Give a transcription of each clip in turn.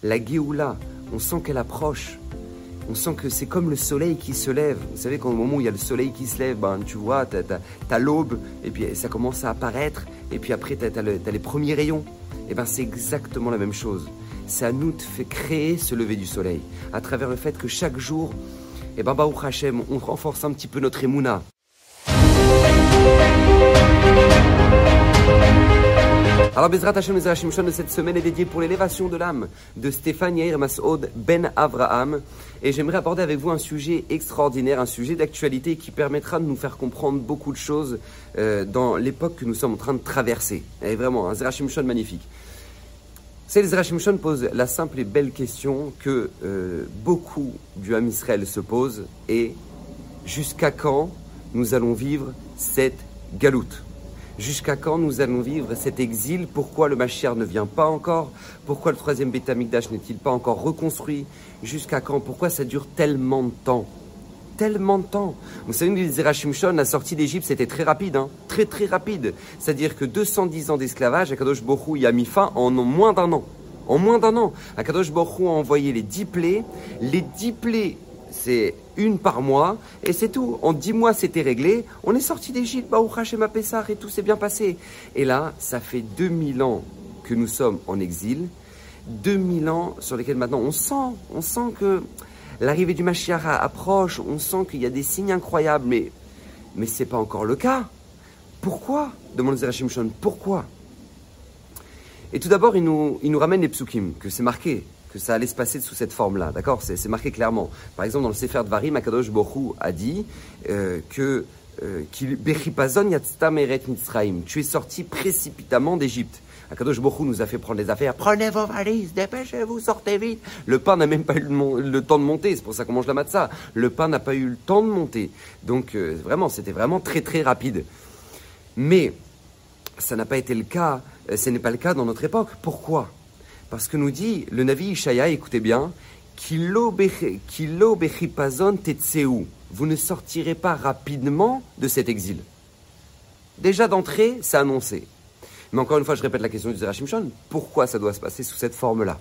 la Géoula, on sent qu'elle approche. On sent que c'est comme le soleil qui se lève. Vous savez qu'au moment où il y a le soleil qui se lève, tu vois, t'as l'aube, et puis ça commence à apparaître, et puis après t'as les premiers rayons. Et c'est exactement la même chose. C'est à nous de faire créer ce lever du soleil, à travers le fait que chaque jour, Baruch Hashem, on renforce un petit peu notre émouna. Alors Bezrat Hashem, Ezra Shimshon de cette semaine est dédié pour l'élévation de l'âme de Stéphane Yair Masoud Ben Avraham. Et j'aimerais aborder avec vous un sujet extraordinaire, un sujet d'actualité qui permettra de nous faire comprendre beaucoup de choses dans l'époque que nous sommes en train de traverser. Et vraiment, un Ezra Shimshon magnifique. C'est Ezra Shimshon pose la simple et belle question que beaucoup du Ham Israël se posent, et jusqu'à quand nous allons vivre cette galoute? Jusqu'à quand nous allons vivre cet exil? Pourquoi le Mashiach ne vient pas encore? Pourquoi le troisième Beth Amikdash n'est-il pas encore reconstruit? Jusqu'à quand? Pourquoi ça dure tellement de temps? Tellement de temps. Vous savez, que Ezra Shimshon, la sortie d'Égypte, c'était très rapide, très très rapide. C'est-à-dire que 210 ans d'esclavage, Akadosh Baruch Hu y a mis fin en moins d'un an. En moins d'un an. Akadosh Baruch Hu a envoyé les 10 plaies. Les 10 plaies, c'est une par mois, et c'est tout. En 10 mois, c'était réglé. On est sorti d'Égypte, Baruch Hashem à Pessah, et tout s'est bien passé. Et là, ça fait 2000 ans que nous sommes en exil. 2000 ans sur lesquels maintenant on sent que l'arrivée du Mashiach approche, on sent qu'il y a des signes incroyables, mais ce n'est pas encore le cas. Pourquoi? Demande Ezra Shimshon, pourquoi? Et tout d'abord, il nous ramène les psukim, que c'est marqué, que ça allait se passer sous cette forme-là, d'accord? C'est marqué clairement. Par exemple, dans le Sefer Dvarim, Akadosh Baruch Hu a dit que Bechipazon yatztam eret Mitzrayim, tu es sorti précipitamment d'Égypte. Akadosh Baruch Hu nous a fait prendre les affaires, prenez vos valises, dépêchez-vous, sortez vite. Le pain n'a même pas eu le temps de monter, c'est pour ça qu'on mange la matzah. Le pain n'a pas eu le temps de monter. Donc vraiment, c'était vraiment très très rapide. Mais ça n'a pas été le cas, ce n'est pas le cas dans notre époque. Pourquoi? Parce que nous dit le Navi Ishaya, écoutez bien, Kilo bechipazon tetseu, vous ne sortirez pas rapidement de cet exil. Déjà d'entrée, c'est annoncé. Mais encore une fois, je répète la question du Ezra Shimshon, pourquoi ça doit se passer sous cette forme-là?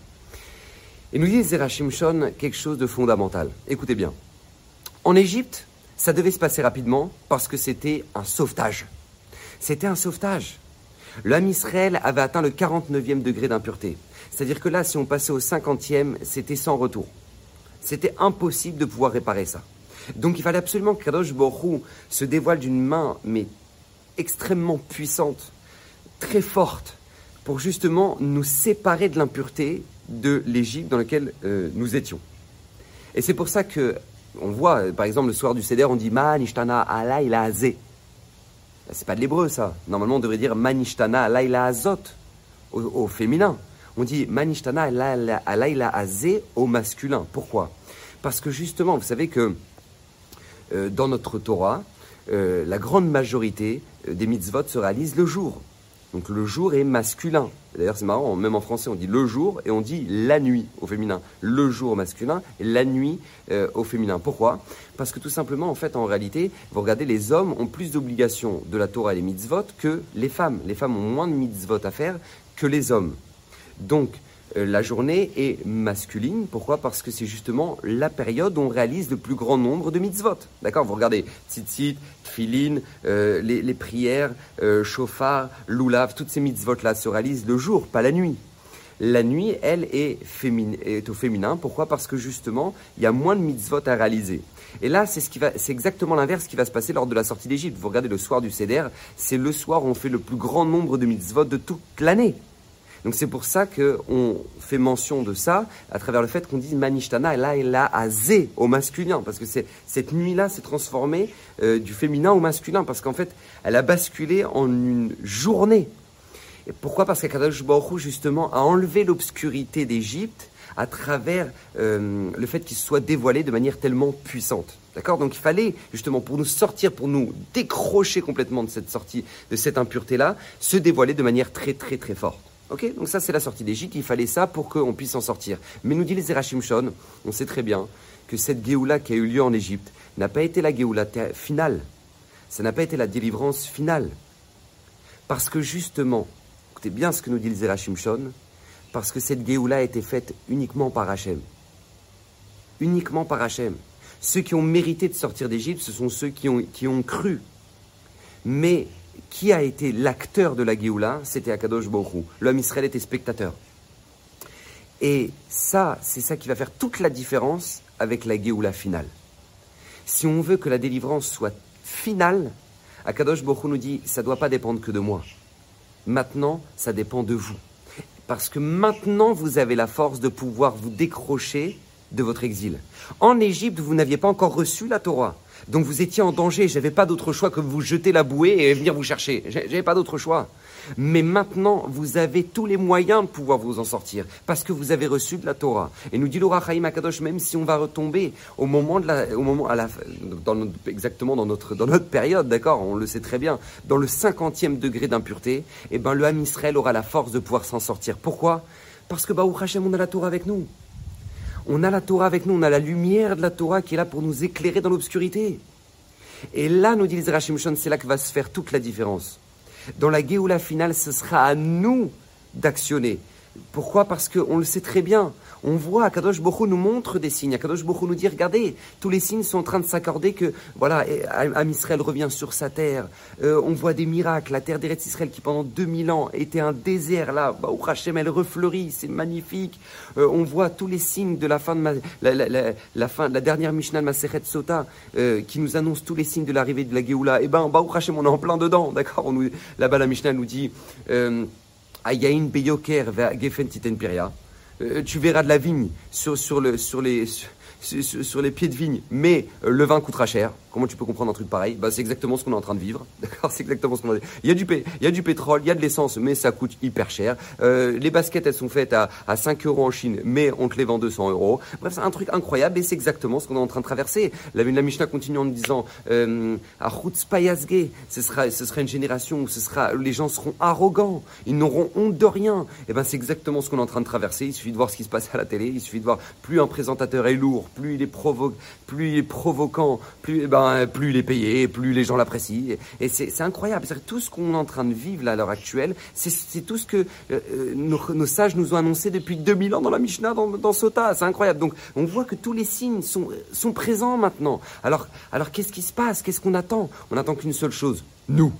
Et nous dit Ezra Shimshon quelque chose de fondamental. Écoutez bien. En Égypte, ça devait se passer rapidement parce que c'était un sauvetage. C'était un sauvetage. Le Ham Israël avait atteint le 49e degré d'impureté. C'est-à-dire que là, si on passait au 50e, c'était sans retour. C'était impossible de pouvoir réparer ça. Donc il fallait absolument que Kadosh Baruch Hu se dévoile d'une main, mais extrêmement puissante, très forte, pour justement nous séparer de l'impureté de l'Égypte dans laquelle nous étions. Et c'est pour ça que on voit, par exemple, le soir du Seder, on dit « Ma nishtana alayla azeh ». C'est pas de l'hébreu, ça. Normalement, on devrait dire « Ma nishtana alayla azot » au féminin. On dit « Ma nishtana alayla azeh » au masculin. Pourquoi? Parce que justement, vous savez que dans notre Torah, la grande majorité des mitzvot se réalisent le jour. Donc le jour est masculin. D'ailleurs c'est marrant, même en français on dit le jour et on dit la nuit au féminin. Le jour au masculin et la nuit au féminin. Pourquoi? Parce que tout simplement, en fait, en réalité, vous regardez, les hommes ont plus d'obligations de la Torah et les mitzvot que les femmes. Les femmes ont moins de mitzvot à faire que les hommes. Donc la journée est masculine. Pourquoi? Parce que c'est justement la période où on réalise le plus grand nombre de mitzvot. D'accord? Vous regardez tzitzit, tfilin, les prières, shofar, lulav, toutes ces mitzvot-là se réalisent le jour, pas la nuit. La nuit, elle, est au féminin. Pourquoi? Parce que justement, il y a moins de mitzvot à réaliser. Et là, c'est exactement l'inverse qui va se passer lors de la sortie d'Égypte. Vous regardez le soir du Seder, c'est le soir où on fait le plus grand nombre de mitzvot de toute l'année. Donc c'est pour ça qu'on fait mention de ça à travers le fait qu'on dit Manishtana, là et là à Zé au masculin, parce que cette nuit-là s'est transformée du féminin au masculin, parce qu'en fait elle a basculé en une journée. Et pourquoi? Parce qu'Akadosh Baruch Hu justement a enlevé l'obscurité d'Égypte à travers le fait qu'il se soit dévoilé de manière tellement puissante. D'accord? Donc il fallait justement, pour nous sortir, pour nous décrocher complètement de cette sortie, de cette impureté-là, se dévoiler de manière très très très forte. Ok, donc ça c'est la sortie d'Égypte, il fallait ça pour qu'on puisse en sortir. Mais nous dit les Ezra Shimshon, on sait très bien que cette Géoula qui a eu lieu en Égypte n'a pas été la Géoula finale, ça n'a pas été la délivrance finale. Parce que justement, écoutez bien ce que nous dit les Ezra Shimshon, Parce que cette Géoula a été faite uniquement par Hachem. Uniquement par Hachem. Ceux qui ont mérité de sortir d'Égypte, ce sont ceux qui ont cru. Mais qui a été l'acteur de la Géoula? C'était Akadosh Baruch Hu. L'homme Israël était spectateur. Et ça, c'est ça qui va faire toute la différence avec la Géoula finale. Si on veut que la délivrance soit finale, Akadosh Baruch Hu nous dit, ça ne doit pas dépendre que de moi. Maintenant, ça dépend de vous. Parce que maintenant, vous avez la force de pouvoir vous décrocher de votre exil. En Égypte, vous n'aviez pas encore reçu la Torah. Donc vous étiez en danger. Je n'avais pas d'autre choix que de vous jeter la bouée et venir vous chercher. Je n'avais pas d'autre choix. Mais maintenant, vous avez tous les moyens de pouvoir vous en sortir. Parce que vous avez reçu de la Torah. Et nous dit l'Or HaChaim Akadosh, même si on va retomber exactement dans notre période, d'accord, on le sait très bien, dans le 50e degré d'impureté, eh ben, le Ham Israël aura la force de pouvoir s'en sortir. Pourquoi? Parce que Baruch Hashem, on a la Torah avec nous. On a la Torah avec nous, on a la lumière de la Torah qui est là pour nous éclairer dans l'obscurité. Et là, nous dit les Zerah Shimshon, c'est là que va se faire toute la différence. Dans la Géoula finale, ce sera à nous d'actionner. Pourquoi? Parce qu'on le sait très bien. On voit, Akadosh Baruch Hu nous montre des signes. Akadosh Baruch Hu nous dit, regardez, tous les signes sont en train de s'accorder que, voilà, Am Israël revient sur sa terre. On voit des miracles. La terre d'Eretz Israël qui pendant 2000 ans était un désert, là, Baruch Hashem, elle refleurit, c'est magnifique. On voit tous les signes de la fin de la dernière Mishnah de Masechet Sota, qui nous annonce tous les signes de l'arrivée de la Géoula. Eh ben, Baruch Hashem, on est en plein dedans, d'accord? Là-bas, la Mishnah nous dit, Ayayin beyoker vers Gefen titen piria. Tu verras de la vigne sur les pieds de vigne, mais le vin coûtera cher. Comment tu peux comprendre un truc pareil? C'est exactement ce qu'on est en train de vivre. D'accord, c'est exactement ce qu'on a dit. Il y a du pétrole, il y a de l'essence, mais ça coûte hyper cher. Les baskets, elles sont faites à 5 euros en Chine, mais on te les vend 200 euros. Bref, c'est un truc incroyable et c'est exactement ce qu'on est en train de traverser. La Mishnah continue en nous disant à Chutzpah-Yazgeh, ce sera une génération où les gens seront arrogants, ils n'auront honte de rien. Et ben, c'est exactement ce qu'on est en train de traverser. Il suffit de voir ce qui se passe à la télé, il suffit de voir plus un présentateur est lourd, plus il est provoquant, plus il est payé, plus les gens l'apprécient. Et c'est incroyable. C'est-à-dire, tout ce qu'on est en train de vivre là, à l'heure actuelle, c'est tout ce que nos sages nous ont annoncé depuis 2000 ans dans la Mishnah, dans Sota. C'est incroyable. Donc, on voit que tous les signes sont présents maintenant. Alors, qu'est-ce qui se passe? Qu'est-ce qu'on attend? On attend qu'une seule chose. Nous.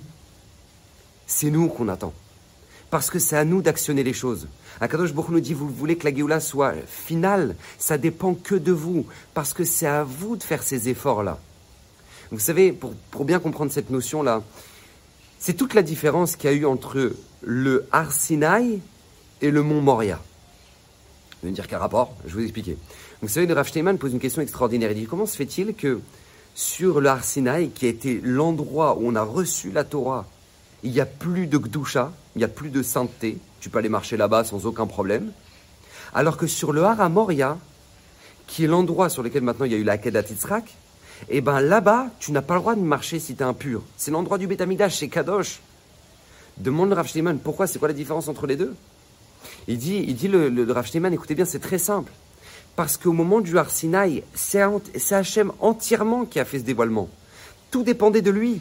C'est nous qu'on attend. Parce que c'est à nous d'actionner les choses. Akadosh Baruch Hu nous dit, vous voulez que la Géoula soit finale, ça dépend que de vous, parce que c'est à vous de faire ces efforts-là. Vous savez, pour bien comprendre cette notion-là, c'est toute la différence qu'il y a eu entre le Har Sinaï et le mont Moria. Vous allez me dire quel rapport? Je vais vous expliquer. Vous savez, le Rav Steinman pose une question extraordinaire. Il dit, comment se fait-il que sur le Har Sinaï, qui a été l'endroit où on a reçu la Torah, il n'y a plus de Gdusha, il n'y a plus de sainteté, tu peux aller marcher là-bas sans aucun problème. Alors que sur le Har Moria, qui est l'endroit sur lequel maintenant il y a eu la Akedat Yitzhak, et bien là-bas, tu n'as pas le droit de marcher si tu es impur. C'est l'endroit du Beth Amikdash, c'est Kadosh. Demande le Rav Steinman, pourquoi, c'est quoi la différence entre les deux? Il dit le Rav Steinman, écoutez bien, c'est très simple. Parce qu'au moment du Har Sinaï, c'est Hachem entièrement qui a fait ce dévoilement. Tout dépendait de lui.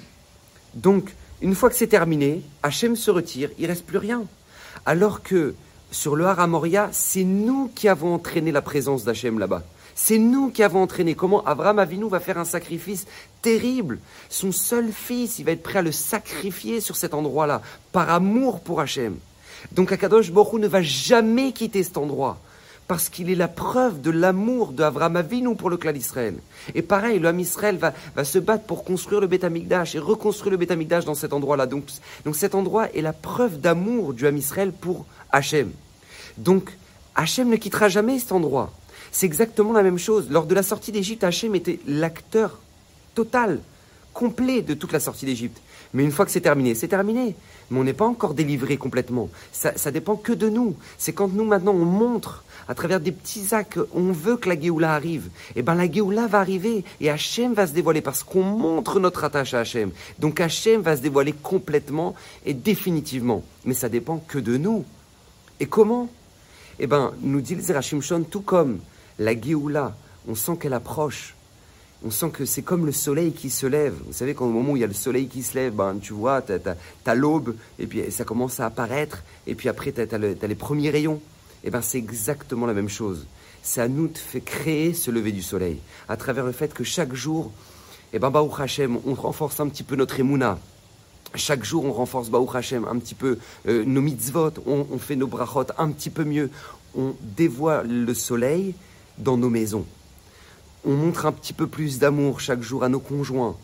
Donc, une fois que c'est terminé, Hachem se retire, il ne reste plus rien. Alors que sur le Har Moria, c'est nous qui avons entraîné la présence d'Hachem là-bas. C'est nous qui avons entraîné. Comment Avraham Avinu va faire un sacrifice terrible. Son seul fils, il va être prêt à le sacrifier sur cet endroit-là, par amour pour Hachem. Donc Akadosh Baruch Hu ne va jamais quitter cet endroit, parce qu'il est la preuve de l'amour d'Avraham Avinu pour le clan d'Israël. Et pareil, le Ham Israël va se battre pour construire le Beth Amikdash et reconstruire le Beth Amikdash dans cet endroit-là. Donc cet endroit est la preuve d'amour du Ham Israël pour Hachem. Donc Hachem ne quittera jamais cet endroit. C'est exactement la même chose. Lors de la sortie d'Égypte, Hachem était l'acteur total, complet de toute la sortie d'Égypte. Mais une fois que c'est terminé, c'est terminé. Mais on n'est pas encore délivré complètement. Ça dépend que de nous. C'est quand nous, maintenant, on montre, à travers des petits actes, on veut que la Géoula arrive. Et bien, la Géoula va arriver et Hachem va se dévoiler parce qu'on montre notre attache à Hachem. Donc, Hachem va se dévoiler complètement et définitivement. Mais ça dépend que de nous. Et comment? Eh bien, nous dit le Zerah Shimshon, tout comme la Géoula, on sent qu'elle approche. On sent que c'est comme le soleil qui se lève. Vous savez, qu'au moment où il y a le soleil qui se lève, tu vois, t'as l'aube, et puis ça commence à apparaître, et puis après, t'as les premiers rayons. Eh bien, c'est exactement la même chose. C'est à nous de créer ce lever du soleil, à travers le fait que chaque jour, eh ben, Baruch Hashem, on renforce un petit peu notre émouna. Chaque jour, on renforce Baruch Hashem un petit peu nos mitzvot, on fait nos brachot un petit peu mieux. On dévoile le soleil dans nos maisons. On montre un petit peu plus d'amour chaque jour à nos conjoints,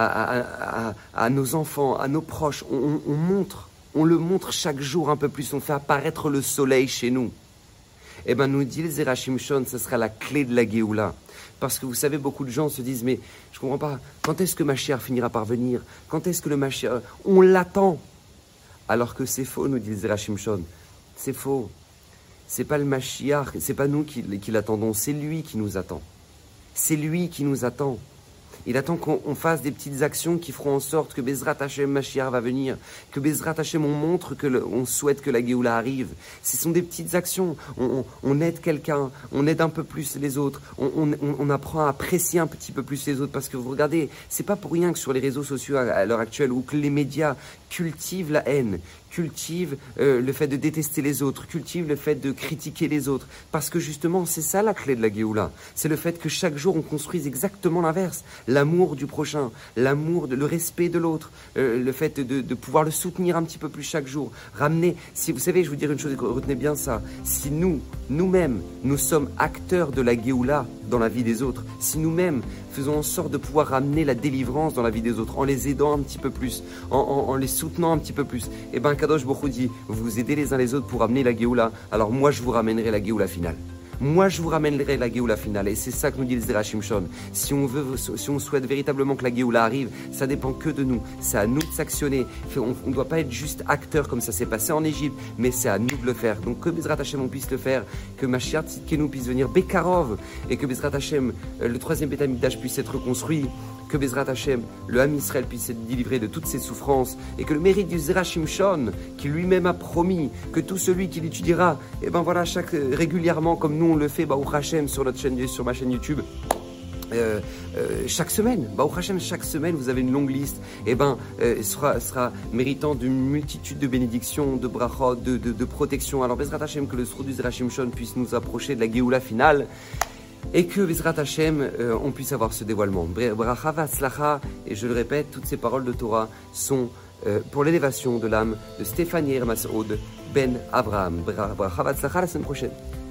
à nos enfants, à nos proches. On le montre chaque jour un peu plus. On fait apparaître le soleil chez nous. Eh bien, nous dit le Zera Shimshon, ce sera la clé de la Géoula. Parce que vous savez, beaucoup de gens se disent, mais je ne comprends pas, quand est-ce que Mashiach finira par venir? Quand est-ce que le Mashiach... On l'attend. Alors que c'est faux, nous dit le Zera Shimshon. C'est faux. C'est pas le Mashiach, c'est pas nous qui l'attendons, c'est lui qui nous attend. C'est lui qui nous attend. Il attend qu'on fasse des petites actions qui feront en sorte que Bezrat Hashem Mashiach va venir, que Bezrat Hashem on montre on souhaite que la Géoula arrive. Ce sont des petites actions. On aide quelqu'un, on aide un peu plus les autres, on apprend à apprécier un petit peu plus les autres. Parce que vous regardez, c'est pas pour rien que sur les réseaux sociaux à l'heure actuelle, ou que les médias cultivent la haine, cultivent le fait de détester les autres, cultivent le fait de critiquer les autres. Parce que justement, c'est ça la clé de la Géoula. C'est le fait que chaque jour, on construise exactement l'inverse. L'amour du prochain, le respect de l'autre, le fait de pouvoir le soutenir un petit peu plus chaque jour. Ramener, si vous savez, je vous dire une chose, retenez bien ça. Si nous-mêmes, nous sommes acteurs de la Géoula dans la vie des autres, si nous-mêmes faisons en sorte de pouvoir ramener la délivrance dans la vie des autres, en les aidant un petit peu plus, en les soutenant un petit peu plus, et bien Kadosh Baruch Hu dit, vous vous aidez les uns les autres pour ramener la Géoula, alors moi je vous ramènerai la Géoula finale. Moi, je vous ramènerai la Géoula finale. Et c'est ça que nous dit le Zera Shimshon. Si on souhaite véritablement que la Géoula arrive, ça dépend que de nous. C'est à nous de s'actionner. On ne doit pas être juste acteur comme ça s'est passé en Égypte, mais c'est à nous de le faire. Donc que Bezrat Hashem on puisse le faire, que Mashiach Tzidkenu puisse venir Bekarov, et que Bezrat Hashem, le 3e Beth Amikdash puisse être reconstruit, que Bezrat Hashem, le Ham Israël puisse être délivré de toutes ses souffrances, et que le mérite du Zera Shimshon, qui lui-même a promis que tout celui qui l'étudiera, et ben voilà, régulièrement, comme nous on le fait, Baruch Hashem, sur ma chaîne YouTube, chaque semaine, Baruch Hashem, chaque semaine, vous avez une longue liste, et sera méritant d'une multitude de bénédictions, de brachot, de protection. Alors Bezrat Hashem, que le Sroud du Zera Shimshon puisse nous approcher de la Géoula finale, et que Bezrat Hashem, on puisse avoir ce dévoilement. Bracha v'atzlacha, et je le répète, toutes ces paroles de Torah sont pour l'élévation de l'âme de Stéphanie Masoud Ben Avraham. Bracha v'atzlacha, la semaine prochaine.